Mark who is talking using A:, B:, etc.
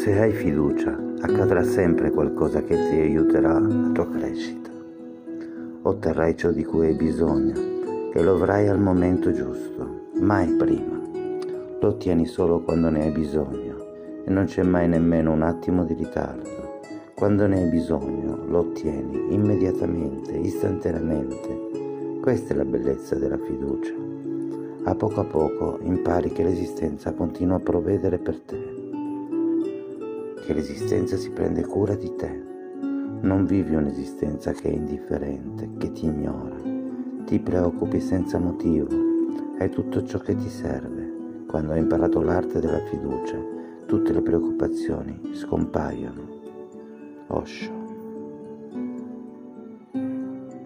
A: Se hai fiducia, accadrà sempre qualcosa che ti aiuterà la tua crescita. Otterrai ciò di cui hai bisogno e lo avrai al momento giusto, mai prima. Lo ottieni solo quando ne hai bisogno e non c'è mai nemmeno un attimo di ritardo. Quando ne hai bisogno, lo ottieni immediatamente, istantaneamente. Questa è la bellezza della fiducia. A poco impari che l'esistenza continua a provvedere per te, che l'esistenza si prende cura di te. Non vivi un'esistenza che è indifferente, che ti ignora. Ti preoccupi senza motivo. Hai tutto ciò che ti serve. Quando hai imparato l'arte della fiducia, tutte le preoccupazioni scompaiono. Osho.